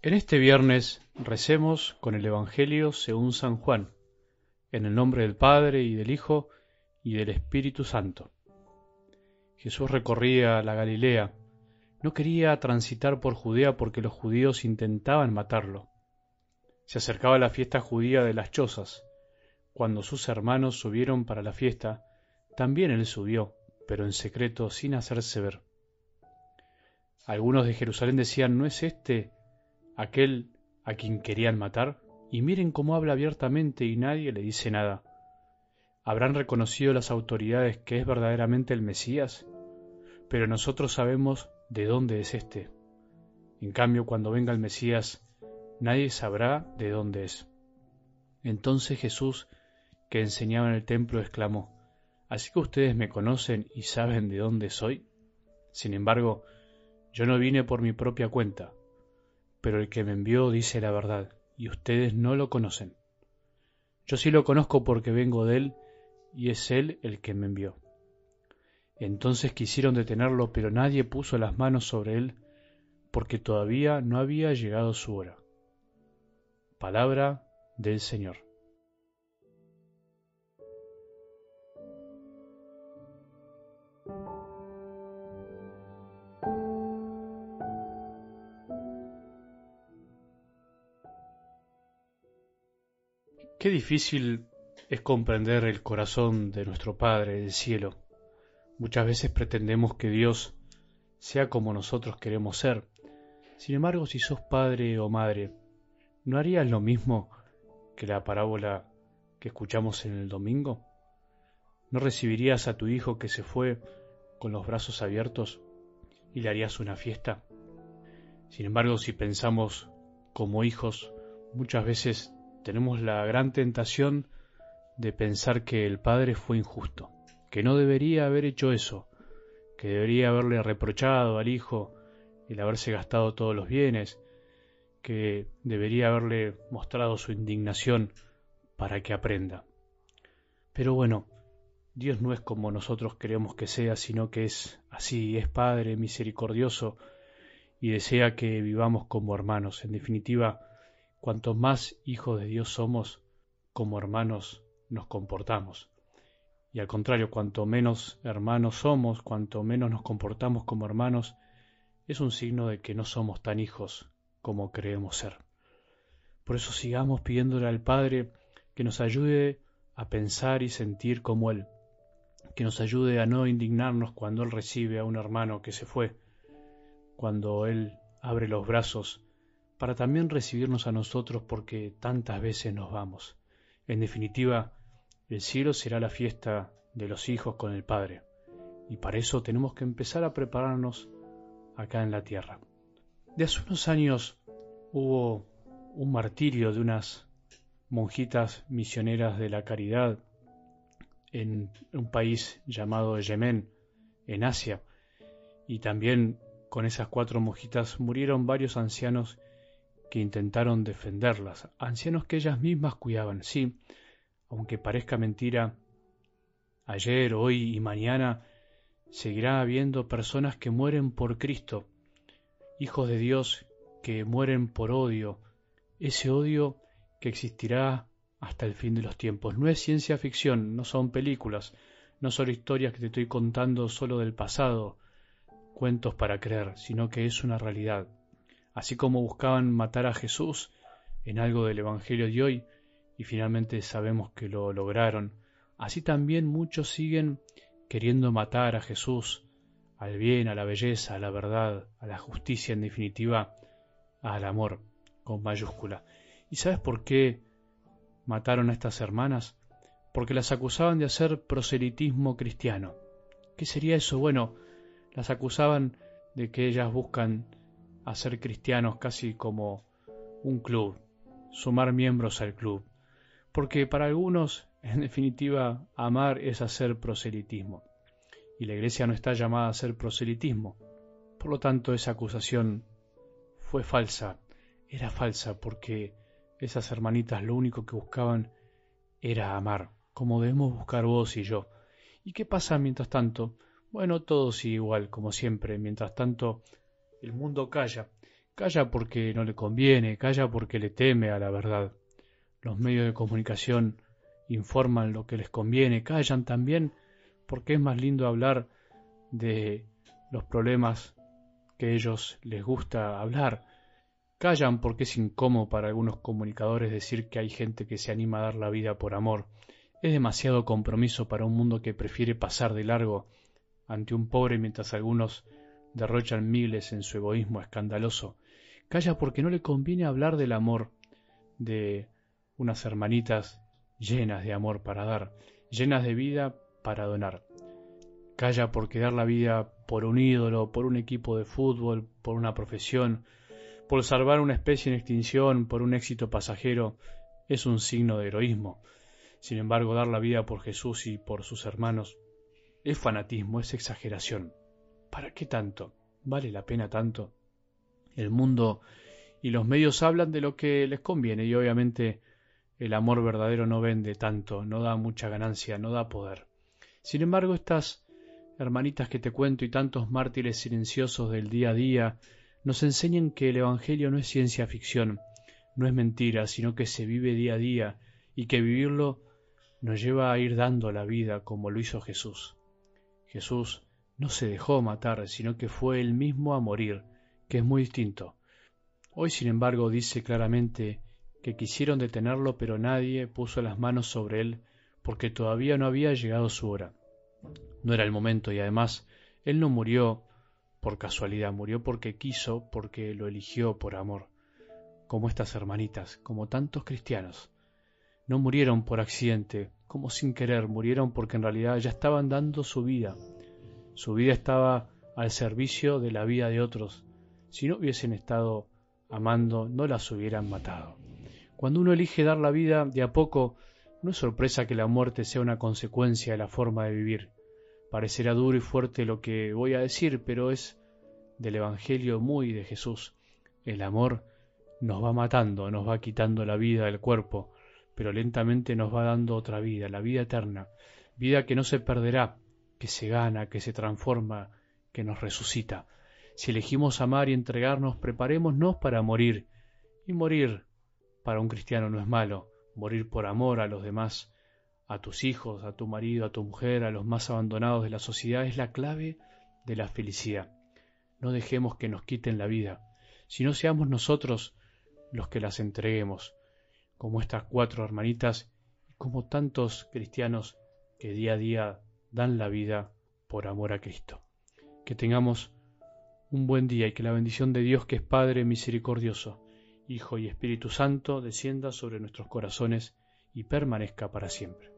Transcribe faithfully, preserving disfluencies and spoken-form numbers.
En este viernes recemos con el Evangelio según San Juan, en el nombre del Padre y del Hijo y del Espíritu Santo. Jesús recorría la Galilea, no quería transitar por Judea porque los judíos intentaban matarlo. Se acercaba la fiesta judía de las Chozas. Cuando sus hermanos subieron para la fiesta, también él subió, pero en secreto, sin hacerse ver. Algunos de Jerusalén decían, ¿no es este aquel a quien querían matar? Y miren cómo habla abiertamente y nadie le dice nada. ¿Habrán reconocido las autoridades que es verdaderamente el Mesías? Pero nosotros sabemos de dónde es este. En cambio, cuando venga el Mesías, nadie sabrá de dónde es. Entonces Jesús, que enseñaba en el templo, exclamó, ¿así que ustedes me conocen y saben de dónde soy? Sin embargo, yo no vine por mi propia cuenta, pero el que me envió dice la verdad, y ustedes no lo conocen. Yo sí lo conozco porque vengo de él, y es él el que me envió. Entonces quisieron detenerlo, pero nadie puso las manos sobre él, porque todavía no había llegado su hora. Palabra del Señor. Qué difícil es comprender el corazón de nuestro Padre del cielo. Muchas veces pretendemos que Dios sea como nosotros queremos ser. Sin embargo, si sos padre o madre, ¿no harías lo mismo que la parábola que escuchamos en el domingo? ¿No recibirías a tu hijo que se fue con los brazos abiertos y le harías una fiesta? Sin embargo, si pensamos como hijos, muchas veces tenemos la gran tentación de pensar que el padre fue injusto, que no debería haber hecho eso, que debería haberle reprochado al hijo el haberse gastado todos los bienes, que debería haberle mostrado su indignación para que aprenda. Pero bueno, Dios no es como nosotros queremos que sea, sino que es así, es Padre misericordioso y desea que vivamos como hermanos. En definitiva, cuantos más hijos de Dios somos, como hermanos nos comportamos. Y al contrario, cuanto menos hermanos somos, cuanto menos nos comportamos como hermanos, es un signo de que no somos tan hijos como creemos ser. Por eso sigamos pidiéndole al Padre que nos ayude a pensar y sentir como Él, que nos ayude a no indignarnos cuando Él recibe a un hermano que se fue, cuando Él abre los brazos, para también recibirnos a nosotros porque tantas veces nos vamos. En definitiva, el cielo será la fiesta de los hijos con el Padre, y para eso tenemos que empezar a prepararnos acá en la tierra. De hace unos años hubo un martirio de unas monjitas misioneras de la caridad en un país llamado Yemen, en Asia, y también con esas cuatro monjitas murieron varios ancianos que intentaron defenderlas, ancianos que ellas mismas cuidaban. Sí, aunque parezca mentira, ayer, hoy y mañana seguirá habiendo personas que mueren por Cristo, hijos de Dios que mueren por odio, ese odio que existirá hasta el fin de los tiempos. No es ciencia ficción, no son películas, no son historias que te estoy contando solo del pasado, cuentos para creer, sino que es una realidad. Así como buscaban matar a Jesús en algo del Evangelio de hoy, y finalmente sabemos que lo lograron, así también muchos siguen queriendo matar a Jesús, al bien, a la belleza, a la verdad, a la justicia, en definitiva, al amor, con mayúscula. ¿Y sabes por qué mataron a estas hermanas? Porque las acusaban de hacer proselitismo cristiano. ¿Qué sería eso? Bueno, las acusaban de que ellas buscan hacer cristianos casi como un club, sumar miembros al club. Porque para algunos, en definitiva, amar es hacer proselitismo. Y la Iglesia no está llamada a hacer proselitismo. Por lo tanto, esa acusación fue falsa, era falsa, porque esas hermanitas lo único que buscaban era amar, como debemos buscar vos y yo. ¿Y qué pasa mientras tanto? Bueno, todo sigue igual, como siempre. Mientras tanto, el mundo calla. Calla porque no le conviene, calla porque le teme a la verdad. Los medios de comunicación informan lo que les conviene, callan también porque es más lindo hablar de los problemas que a ellos les gusta hablar. Callan porque es incómodo para algunos comunicadores decir que hay gente que se anima a dar la vida por amor. Es demasiado compromiso para un mundo que prefiere pasar de largo ante un pobre mientras algunos derrochan miles en su egoísmo escandaloso. Calla porque no le conviene hablar del amor de unas hermanitas llenas de amor para dar, llenas de vida para donar. Calla porque dar la vida por un ídolo, por un equipo de fútbol, por una profesión, por salvar una especie en extinción, por un éxito pasajero, es un signo de heroísmo. Sin embargo, dar la vida por Jesús y por sus hermanos es fanatismo, es exageración. ¿Para qué tanto? ¿Vale la pena tanto? El mundo y los medios hablan de lo que les conviene y obviamente el amor verdadero no vende tanto, no da mucha ganancia, no da poder. Sin embargo, estas hermanitas que te cuento y tantos mártires silenciosos del día a día nos enseñan que el Evangelio no es ciencia ficción, no es mentira, sino que se vive día a día y que vivirlo nos lleva a ir dando la vida como lo hizo Jesús. Jesús no se dejó matar, sino que fue él mismo a morir, que es muy distinto. Hoy, sin embargo, dice claramente que quisieron detenerlo, pero nadie puso las manos sobre él porque todavía no había llegado su hora. No era el momento y además él no murió por casualidad, murió porque quiso, porque lo eligió por amor. Como estas hermanitas, como tantos cristianos. No murieron por accidente, como sin querer, murieron porque en realidad ya estaban dando su vida. Su vida estaba al servicio de la vida de otros. Si no hubiesen estado amando, no las hubieran matado. Cuando uno elige dar la vida de a poco, no es sorpresa que la muerte sea una consecuencia de la forma de vivir. Parecerá duro y fuerte lo que voy a decir, pero es del Evangelio muy de Jesús. El amor nos va matando, nos va quitando la vida del cuerpo, pero lentamente nos va dando otra vida, la vida eterna, vida que no se perderá, que se gana, que se transforma, que nos resucita. Si elegimos amar y entregarnos, preparémonos para morir. Y morir para un cristiano no es malo, morir por amor a los demás, a tus hijos, a tu marido, a tu mujer, a los más abandonados de la sociedad, es la clave de la felicidad. No dejemos que nos quiten la vida, sino seamos nosotros los que las entreguemos, como estas cuatro hermanitas y como tantos cristianos que día a día dan la vida por amor a Cristo. Que tengamos un buen día y que la bendición de Dios, que es Padre misericordioso, Hijo y Espíritu Santo, descienda sobre nuestros corazones y permanezca para siempre.